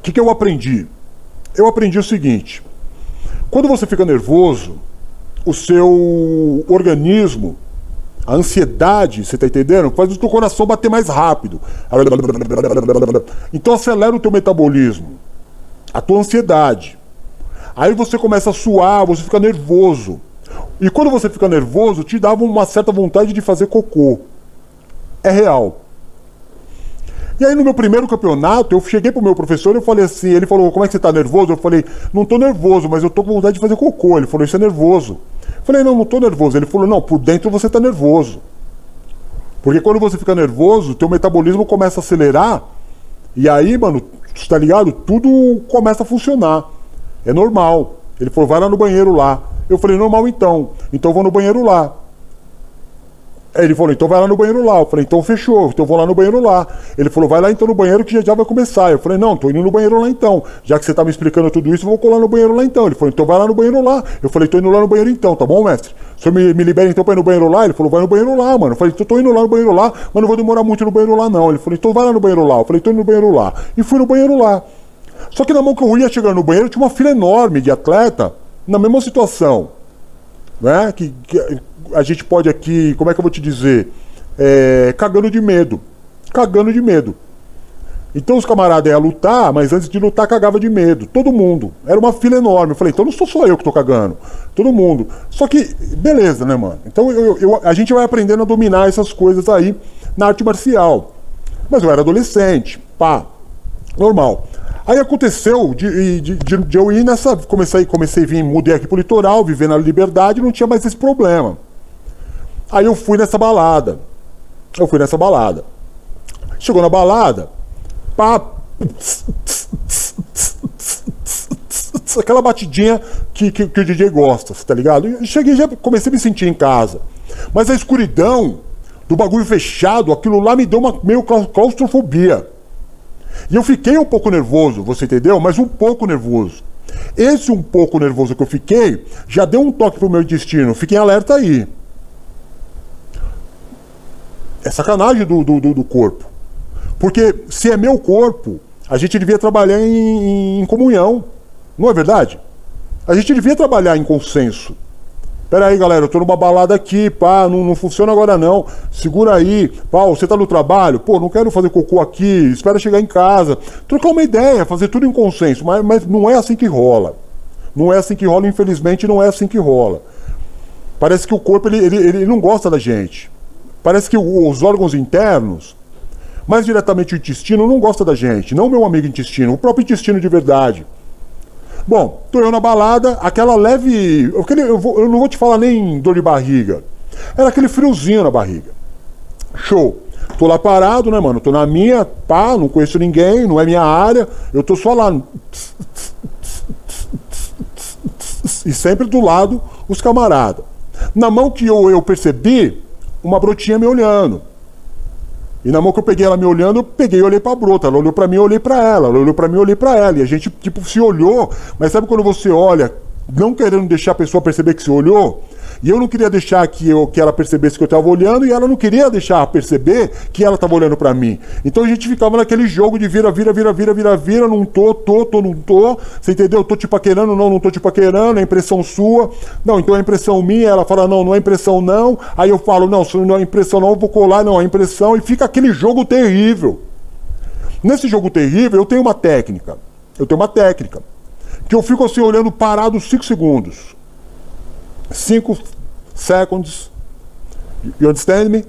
que eu aprendi? Eu aprendi o seguinte: quando você fica nervoso, o seu organismo, a ansiedade, você tá entendendo? Faz o teu coração bater mais rápido. Então acelera o teu metabolismo, a tua ansiedade. Aí você começa a suar, você fica nervoso. E quando você fica nervoso, te dava uma certa vontade de fazer cocô. É real. E aí no meu primeiro campeonato, eu cheguei pro meu professor e eu falei assim, ele falou, como é que você tá nervoso? Eu falei, não tô nervoso, mas eu tô com vontade de fazer cocô. Ele falou, isso é nervoso. Eu falei, não tô nervoso. Ele falou, não, por dentro você tá nervoso. Porque quando você fica nervoso, teu metabolismo começa a acelerar, e aí, mano, tá ligado? Tudo começa a funcionar. É normal. Ele falou, vai lá no banheiro lá. Eu falei, normal então. Então eu vou no banheiro lá. Ele falou, então vai lá no banheiro lá. Eu falei, então fechou, então eu vou lá no banheiro lá. Ele falou, vai lá então no banheiro que já vai começar. Eu falei, não, tô indo no banheiro lá então. Já que você tá me explicando tudo isso, eu vou colar no banheiro lá então. Ele falou, então vai lá no banheiro lá. Eu falei, tô indo lá no banheiro então, tá bom, mestre? O senhor me libera então pra ir no banheiro lá? Ele falou, vai no banheiro lá, mano. Eu falei, tô indo lá no banheiro lá, mas não vou demorar muito no banheiro lá não. Ele falou, então vai lá no banheiro lá. Eu falei, tô indo no banheiro lá. E fui no banheiro lá. Só que na mão que eu ia chegar no banheiro, tinha uma fila enorme de atleta na mesma situação. Né? Que a gente pode aqui, como é que eu vou te dizer? Cagando de medo. Cagando de medo. Então os camaradas iam lutar, mas antes de lutar cagava de medo. Todo mundo. Era uma fila enorme. Eu falei, então não sou só eu que tô cagando. Todo mundo. Só que, beleza, né, mano? Então a gente vai aprendendo a dominar essas coisas aí na arte marcial. Mas eu era adolescente. Pá. Normal. Aí aconteceu de eu ir nessa... Comecei a vir, mudei aqui pro litoral, viver na liberdade, não tinha mais esse problema. Aí eu fui nessa balada. Chegou na balada, pá, aquela batidinha que o DJ gosta, tá ligado? Eu cheguei, já comecei a me sentir em casa. Mas a escuridão do bagulho fechado, aquilo lá me deu uma meio claustrofobia. E eu fiquei um pouco nervoso, você entendeu? Mas um pouco nervoso. Esse um pouco nervoso que eu fiquei, já deu um toque pro meu intestino. Fiquem alerta aí. É sacanagem do corpo. Porque se é meu corpo, a gente devia trabalhar em comunhão. Não é verdade? A gente devia trabalhar em consenso. Pera aí, galera, eu tô numa balada aqui, pá, não funciona agora não. Segura aí, pá, você tá no trabalho? Pô, não quero fazer cocô aqui, espera chegar em casa. Trocar uma ideia, fazer tudo em consenso, mas não é assim que rola. Não é assim que rola, infelizmente não é assim que rola. Parece que o corpo, ele não gosta da gente. Parece que os órgãos internos, mais diretamente o intestino, não gosta da gente. Não o meu amigo intestino, o próprio intestino de verdade. Bom, tô eu na balada, aquela leve... Eu não vou te falar nem dor de barriga. Era aquele friozinho na barriga. Show. Tô lá parado, né, mano? Tô na minha, pá, não conheço ninguém, não é minha área. Eu tô só lá. E sempre do lado, os camaradas. Na mão que eu percebi, uma brotinha me olhando. E na mão que eu peguei ela me olhando, eu peguei e olhei pra brota. Ela olhou pra mim, eu olhei pra ela. Ela olhou pra mim, eu olhei pra ela. E a gente, tipo, se olhou. Mas sabe quando você olha, não querendo deixar a pessoa perceber que se olhou? E eu não queria deixar que ela percebesse que eu tava olhando, e ela não queria deixar perceber que ela tava olhando pra mim. Então a gente ficava naquele jogo de vira, não tô, não tô. Você entendeu? Tô te paquerando, não tô te paquerando, é impressão sua. Não, então é impressão minha. Ela fala, não é impressão não. Aí eu falo, não, se não é impressão não, eu vou colar, não, é impressão. E fica aquele jogo terrível. Nesse jogo terrível, eu tenho uma técnica. Que eu fico assim olhando parado 5 segundos. 5 seconds. You understand me?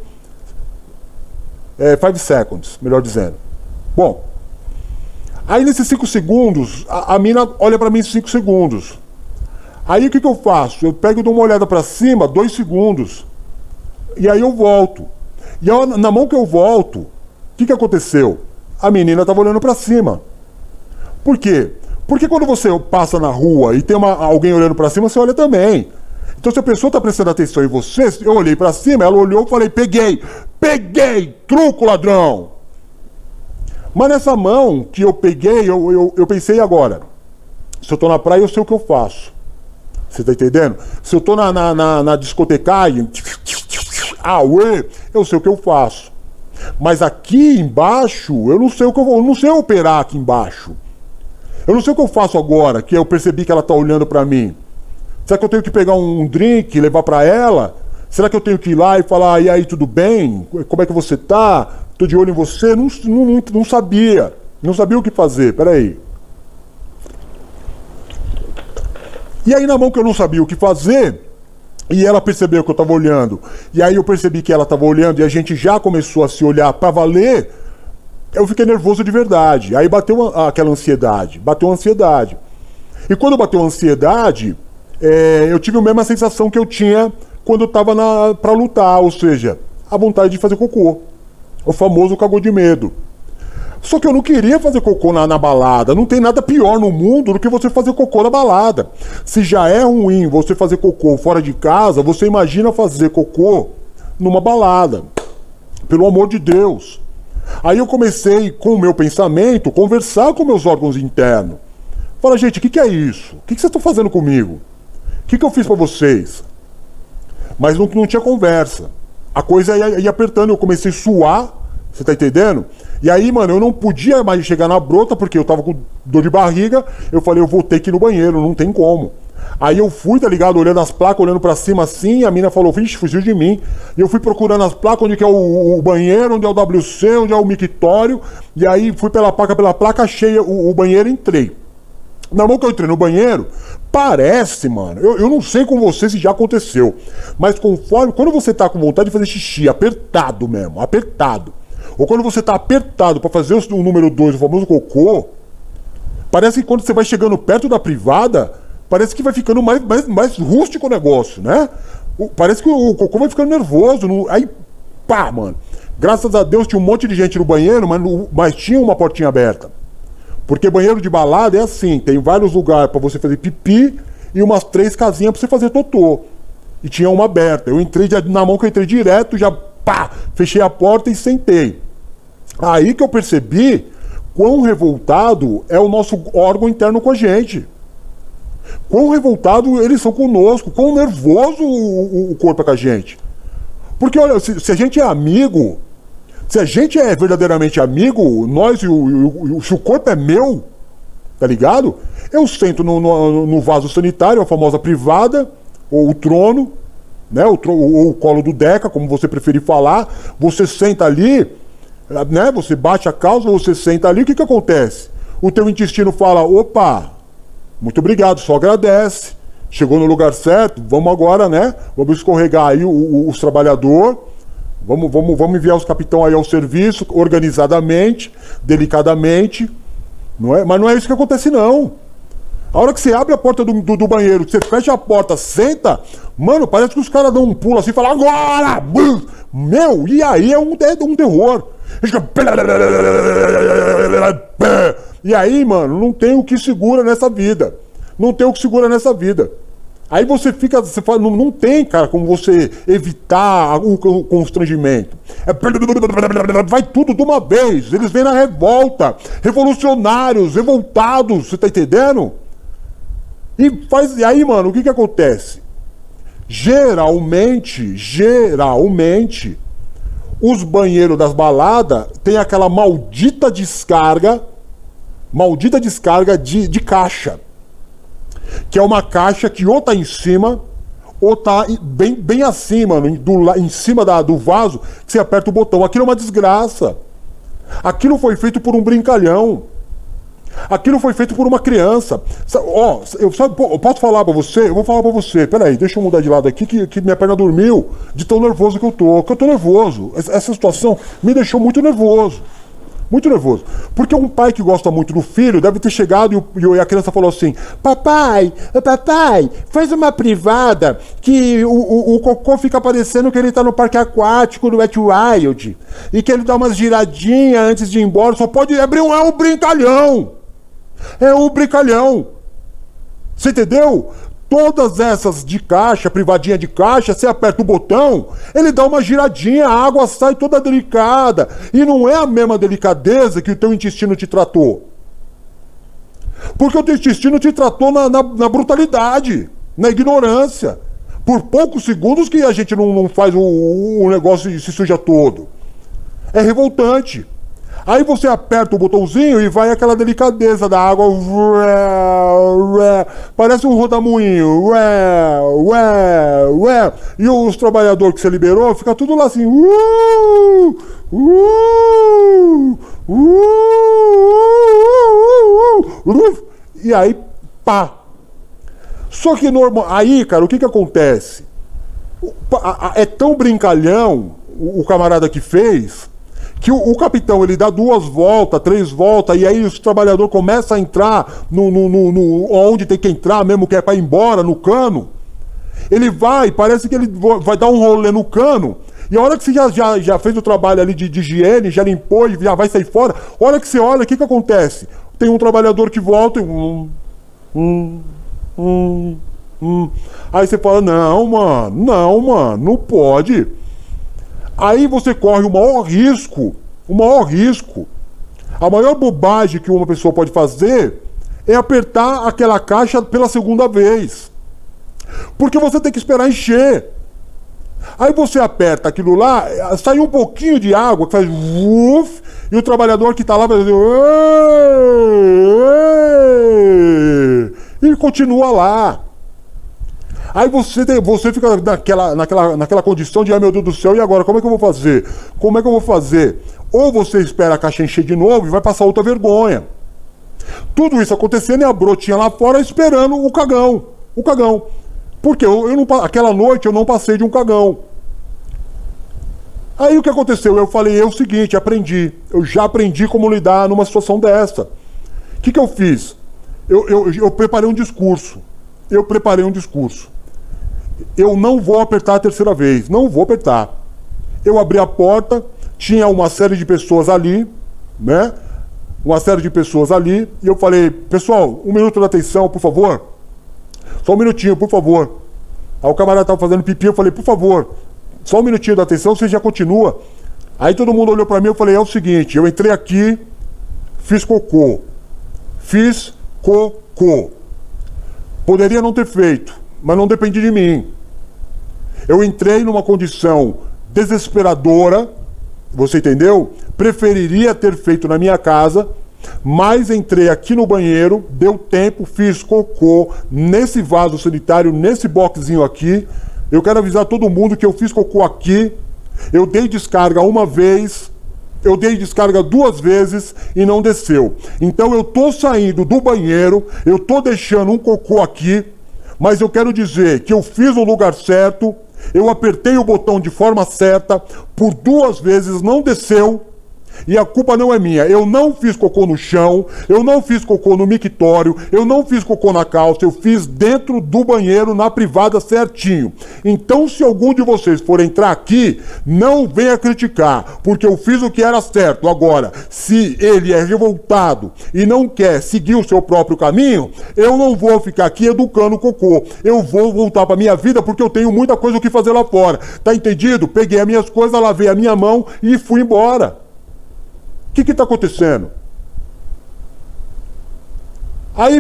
5 seconds, melhor dizendo. Bom, aí nesses 5 segundos, a mina olha pra mim 5 segundos. Aí o que eu faço? Eu pego e dou uma olhada pra cima, 2 segundos. E aí eu volto. E aí, na mão que eu volto, o que aconteceu? A menina tava olhando pra cima. Por quê? Porque quando você passa na rua e tem alguém olhando pra cima, você olha também. Então se a pessoa está prestando atenção em você, eu olhei para cima, ela olhou e falei, peguei, truco, ladrão. Mas nessa mão que eu peguei, eu pensei agora, se eu estou na praia, eu sei o que eu faço. Você está entendendo? Se eu estou na discotecagem, eu sei o que eu faço. Mas aqui embaixo, eu não sei operar aqui embaixo. Eu não sei o que eu faço agora, que eu percebi que ela tá olhando para mim. Será que eu tenho que pegar um drink e levar para ela? Será que eu tenho que ir lá e falar, e aí, tudo bem? Como é que você tá? Tô de olho em você? Não sabia. Não sabia o que fazer, peraí. E aí, na mão que eu não sabia o que fazer, e ela percebeu que eu tava olhando, e aí eu percebi que ela tava olhando, e a gente já começou a se olhar para valer, eu fiquei nervoso de verdade. Aí bateu aquela ansiedade, bateu a ansiedade. E quando bateu a ansiedade, eu tive a mesma sensação que eu tinha quando eu tava pra lutar, ou seja, a vontade de fazer cocô. O famoso cagou de medo. Só que eu não queria fazer cocô na balada. Não tem nada pior no mundo do que você fazer cocô na balada. Se já é ruim você fazer cocô fora de casa, você imagina fazer cocô numa balada. Pelo amor de Deus. Aí eu comecei, com o meu pensamento, conversar com meus órgãos internos. Fala, gente, o que é isso? O que vocês estão fazendo comigo? O que eu fiz pra vocês? Mas não tinha conversa. A coisa ia apertando, eu comecei a suar, você tá entendendo? E aí, mano, eu não podia mais chegar na brota, porque eu tava com dor de barriga. Eu falei, eu vou ter que ir no banheiro, não tem como. Aí eu fui, tá ligado, olhando as placas, olhando pra cima assim, a mina falou, vixe, fugiu de mim. E eu fui procurando as placas, onde que é o banheiro, onde é o WC, onde é o mictório. E aí fui pela placa, achei o banheiro e entrei. Na mão que eu entrei no banheiro, parece, mano, eu não sei com você se já aconteceu, mas quando você tá com vontade de fazer xixi, apertado mesmo, apertado, ou quando você tá apertado pra fazer o número 2, o famoso cocô, parece que quando você vai chegando perto da privada, parece que vai ficando mais rústico o negócio, né? Parece que o cocô vai ficando nervoso, aí, pá, mano, graças a Deus tinha um monte de gente no banheiro, mas tinha uma portinha aberta. Porque banheiro de balada é assim, tem vários lugares para você fazer pipi e umas 3 casinhas para você fazer totô. E tinha uma aberta. Eu entrei, na mão que eu entrei direto, já pá, fechei a porta e sentei. Aí que eu percebi quão revoltado é o nosso órgão interno com a gente. Quão revoltado eles são conosco, quão nervoso o corpo é com a gente. Porque olha, se a gente é amigo... Se a gente é verdadeiramente amigo, se o corpo é meu, tá ligado? Eu sento no vaso sanitário, a famosa privada, ou o trono, né? Ou o colo do Deca, como você preferir falar. Você senta ali, né? Você bate a calça, você senta ali, o que acontece? O teu intestino fala, opa, muito obrigado, só agradece. Chegou no lugar certo, vamos agora, né? Vamos escorregar aí os trabalhadores. Vamos enviar os capitães aí ao serviço, organizadamente, delicadamente. Não é? Mas não é isso que acontece, não. A hora que você abre a porta do banheiro, que você fecha a porta, senta, mano, parece que os caras dão um pulo assim e falam, agora! Meu, e aí é um terror. E aí, mano, não tem o que segura nessa vida. Não tem o que segura nessa vida. Aí você fala, não tem, cara, como você evitar o constrangimento. Vai tudo de uma vez. Eles vêm na revolta. Revolucionários, revoltados, você tá entendendo? E aí, mano, o que acontece? Geralmente, os banheiros das baladas tem aquela maldita descarga de caixa. Que é uma caixa que ou tá em cima, ou tá bem acima, em cima do vaso, que você aperta o botão. Aquilo é uma desgraça. Aquilo foi feito por um brincalhão. Aquilo foi feito por uma criança. Ó, eu posso falar pra você? Eu vou falar pra você. Peraí, deixa eu mudar de lado aqui, que minha perna dormiu de tão nervoso que eu tô. Que eu tô nervoso. Essa situação me deixou muito nervoso. Muito nervoso. Porque um pai que gosta muito do filho deve ter chegado e a criança falou assim: papai, faz uma privada que o cocô fica parecendo que ele tá no parque aquático do Wet Wild. E que ele dá umas giradinhas antes de ir embora. Só pode abrir é um brincalhão. É um brincalhão. Você entendeu? Todas essas de caixa, privadinha de caixa, você aperta o botão, ele dá uma giradinha, a água sai toda delicada. E não é a mesma delicadeza que o teu intestino te tratou. Porque o teu intestino te tratou na brutalidade, na ignorância. Por poucos segundos que a gente não faz o negócio e se suja todo. É revoltante. Aí você aperta o botãozinho e vai aquela delicadeza da água. Parece um rodamuinho. E os trabalhadores que você liberou, fica tudo lá assim. E aí, pá. Só que aí, cara, o que acontece? É tão brincalhão o camarada que fez, que o capitão ele dá 2 voltas, 3 voltas, e aí os trabalhadores começam a entrar onde tem que entrar mesmo, que é para ir embora, no cano. Ele parece que ele vai dar um rolê no cano, e a hora que você já fez o trabalho ali de higiene, já limpou e já vai sair fora, a hora que você olha, o que acontece? Tem um trabalhador que volta e... Aí você fala, não, mano, não pode. Aí você corre o maior risco. A maior bobagem que uma pessoa pode fazer é apertar aquela caixa pela segunda vez. Porque você tem que esperar encher. Aí você aperta aquilo lá, sai um pouquinho de água, que faz uff, e o trabalhador que está lá vai fazer e continua lá. Aí você fica naquela condição de, ai meu Deus do céu, e agora? Como é que eu vou fazer? Ou você espera a caixa encher de novo e vai passar outra vergonha. Tudo isso acontecendo e a brotinha lá fora esperando o cagão. Porque aquela noite eu não passei de um cagão. Aí o que aconteceu? Eu falei, o seguinte, eu já aprendi como lidar numa situação dessa. O que eu fiz? Eu preparei um discurso. Eu não vou apertar a terceira vez, não vou apertar. Eu abri a porta, tinha uma série de pessoas ali, né? E eu falei, pessoal, 1 minuto de atenção, por favor. Só um minutinho, por favor. Aí o camarada estava fazendo pipi, eu falei, por favor, só 1 minutinho de atenção, você já continua. Aí todo mundo olhou para mim, eu falei, é o seguinte, eu entrei aqui, fiz cocô. Poderia não ter feito, mas não depende de mim. Eu entrei numa condição desesperadora, você entendeu? Preferiria ter feito na minha casa, mas entrei aqui no banheiro, deu tempo, fiz cocô nesse vaso sanitário, nesse boxzinho aqui. Eu quero avisar todo mundo que eu fiz cocô aqui, eu dei descarga uma vez, eu dei descarga 2 vezes e não desceu. Então eu tô saindo do banheiro, eu tô deixando um cocô aqui, mas eu quero dizer que eu fiz o lugar certo, eu apertei o botão de forma certa, por 2 vezes não desceu, e a culpa não é minha. Eu não fiz cocô no chão, eu não fiz cocô no mictório, eu não fiz cocô na calça, eu fiz dentro do banheiro, na privada, certinho. Então, se algum de vocês for entrar aqui, não venha criticar, porque eu fiz o que era certo. Agora, se ele é revoltado e não quer seguir o seu próprio caminho, eu não vou ficar aqui educando o cocô. Eu vou voltar para minha vida, porque eu tenho muita coisa o que fazer lá fora. Tá entendido? Peguei as minhas coisas, lavei a minha mão e fui embora. O que está acontecendo? Aí,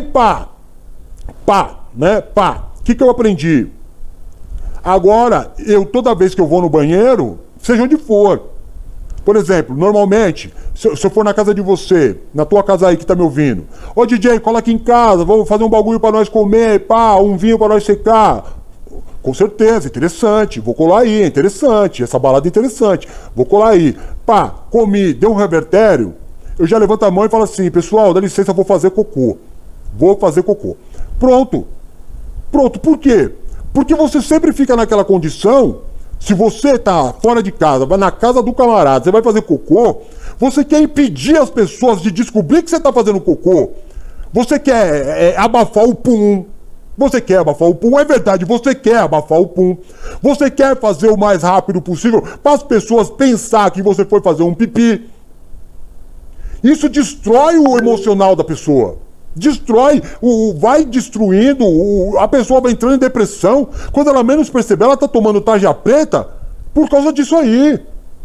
o que eu aprendi? Agora, toda vez que eu vou no banheiro, seja onde for. Por exemplo, normalmente, se eu for na casa de você, na tua casa aí que tá me ouvindo, ô DJ, cola aqui em casa, vamos fazer um bagulho para nós comer, um vinho para nós secar. Com certeza, interessante, vou colar aí, interessante, essa balada é interessante, vou colar aí. Comi, deu um revertério, eu já levanto a mão e falo assim, pessoal, dá licença, vou fazer cocô. Pronto, por quê? Porque você sempre fica naquela condição, se você tá fora de casa, vai na casa do camarada, você vai fazer cocô, você quer impedir as pessoas de descobrir que você tá fazendo cocô, você quer abafar o pum. É verdade, você quer abafar o pum. Você quer fazer o mais rápido possível para as pessoas pensar que você foi fazer um pipi. Isso destrói o emocional da pessoa. Vai destruindo, a pessoa vai entrando em depressão. Quando ela menos perceber, ela está tomando tarja preta por causa disso aí.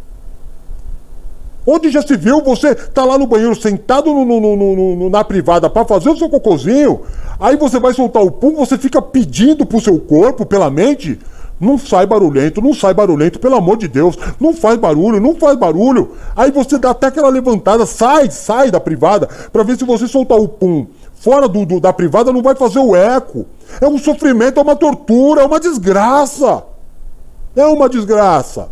Onde já se viu, você tá lá no banheiro sentado na privada para fazer o seu cocôzinho, aí você vai soltar o pum, você fica pedindo pro seu corpo, pela mente, Não sai barulhento, não sai barulhento, pelo amor de Deus. Não faz barulho, não faz barulho. Aí você dá até aquela levantada, sai da privada, pra ver se você soltar o pum fora da privada não vai fazer o eco. É um sofrimento, é uma tortura, é uma desgraça. É uma desgraça.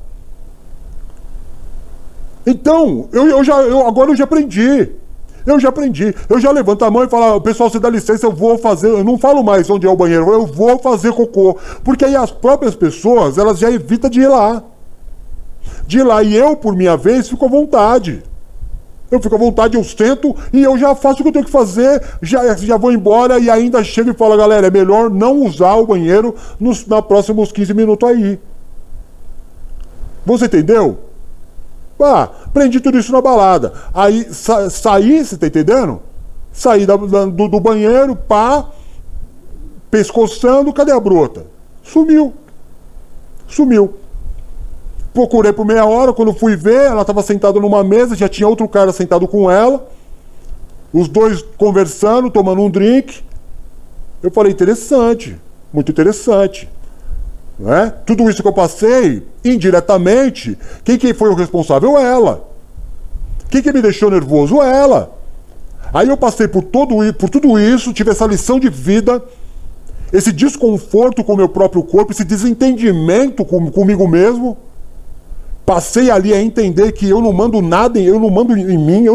Então, agora eu já aprendi. Eu já levanto a mão e falo, pessoal, você dá licença, eu vou fazer, eu não falo mais onde é o banheiro, eu vou fazer cocô. Porque aí as próprias pessoas, elas já evitam de ir lá. E eu, por minha vez, fico à vontade. Eu fico à vontade, eu sento e eu já faço o que eu tenho que fazer, já vou embora e ainda chego e falo, galera, é melhor não usar o banheiro nos próximos 15 minutos aí. Você entendeu? Prendi tudo isso na balada. Aí saí, você tá entendendo? Saí do banheiro, pescoçando, cadê a brota? Sumiu. Procurei por meia hora, quando fui ver, ela estava sentada numa mesa, já tinha outro cara sentado com ela, os dois conversando, tomando um drink. Eu falei, interessante, muito interessante. Não é? Tudo isso que eu passei, indiretamente, quem foi o responsável? Ela. Quem que me deixou nervoso? Ela. Aí eu passei por tudo isso, tive essa lição de vida, esse desconforto com o meu próprio corpo, esse desentendimento comigo mesmo. Passei ali a entender que eu não mando nada, eu não mando em mim.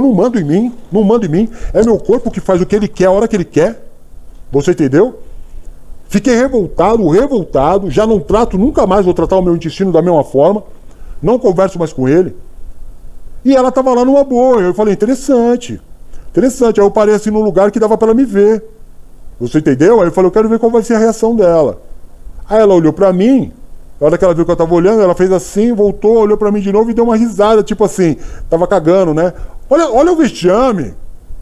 É meu corpo que faz o que ele quer, a hora que ele quer. Você entendeu? Fiquei revoltado, já não trato, nunca mais vou tratar o meu intestino da mesma forma, não converso mais com ele. E ela estava lá numa boa, eu falei, interessante. Aí eu parei assim num lugar que dava para ela me ver. Você entendeu? Aí eu falei, eu quero ver qual vai ser a reação dela. Aí ela olhou para mim, na hora que ela viu que eu estava olhando, ela fez assim, voltou, olhou para mim de novo e deu uma risada, tipo assim, tava cagando, né? Olha o vexame.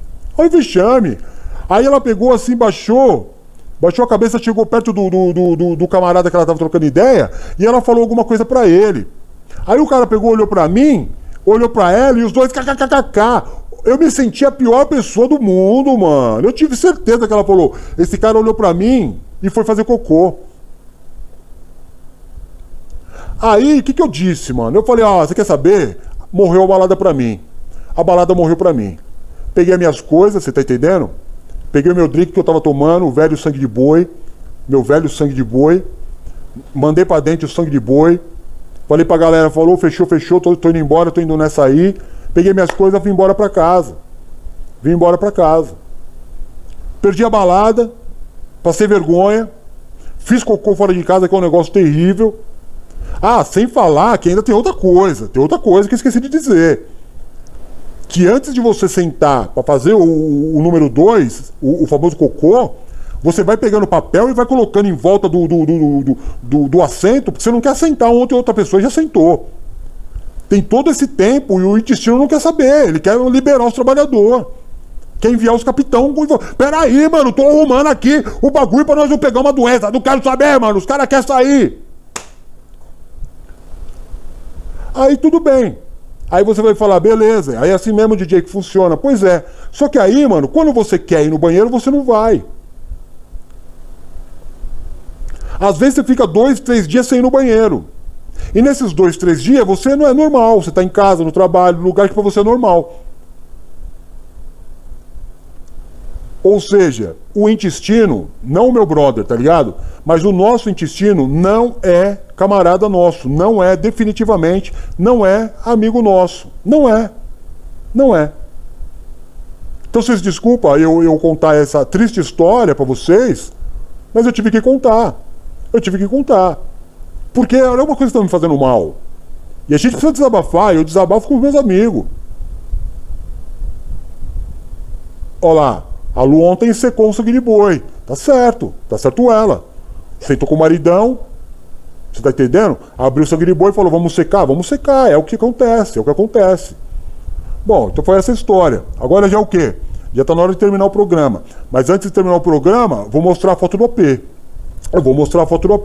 Aí ela pegou assim, baixou a cabeça, chegou perto do camarada que ela tava trocando ideia, e ela falou alguma coisa pra ele. Aí o cara pegou, olhou pra mim, olhou pra ela, e os dois kkkk. Eu me senti a pior pessoa do mundo, mano. Eu tive certeza que ela falou, esse cara olhou pra mim e foi fazer cocô. Aí, o que eu disse, mano? Eu falei, você quer saber? Morreu a balada pra mim. A balada morreu pra mim. Peguei as minhas coisas, você tá entendendo? Peguei o meu drink que eu tava tomando, o velho sangue de boi, meu velho sangue de boi, mandei pra dentro o sangue de boi, falei pra galera, falou, fechou, tô indo embora, tô indo nessa aí, peguei minhas coisas, vim embora pra casa. Perdi a balada, passei vergonha, fiz cocô fora de casa, que é um negócio terrível. Sem falar que ainda tem outra coisa que eu esqueci de dizer. Que antes de você sentar para fazer o número 2, o famoso cocô, você vai pegando papel e vai colocando em volta do assento, porque você não quer sentar outra pessoa já sentou. Tem todo esse tempo e o intestino não quer saber, ele quer liberar os trabalhadores. Quer enviar os capitão. Peraí, mano, tô arrumando aqui o bagulho pra nós não pegar uma doença. Não quero saber, mano, os caras querem sair. Aí tudo bem. Aí você vai falar, beleza, aí é assim mesmo, DJ, que funciona. Pois é. Só que aí, mano, quando você quer ir no banheiro, você não vai. Às vezes você fica 2, 3 dias sem ir no banheiro. E nesses 2, 3 dias, você não é normal. Você tá em casa, no trabalho, no lugar que pra você é normal. Ou seja, o intestino, não o meu brother, tá ligado? Mas o nosso intestino não é camarada nosso, não é definitivamente, não é amigo nosso, não é. Então vocês desculpam eu contar essa triste história pra vocês, mas eu tive que contar, porque é uma coisa que está me fazendo mal, e a gente precisa desabafar, eu desabafo com os meus amigos. Olha lá, a Lu ontem secou um sangue de boi. Tá certo ela. Sentou com o maridão, você tá entendendo? Abriu o sangue de boi e falou, vamos secar, é o que acontece. Bom, então foi essa história. Agora já é o quê? Já tá na hora de terminar o programa. Mas antes de terminar o programa, vou mostrar a foto do AP. Eu vou mostrar a foto do AP.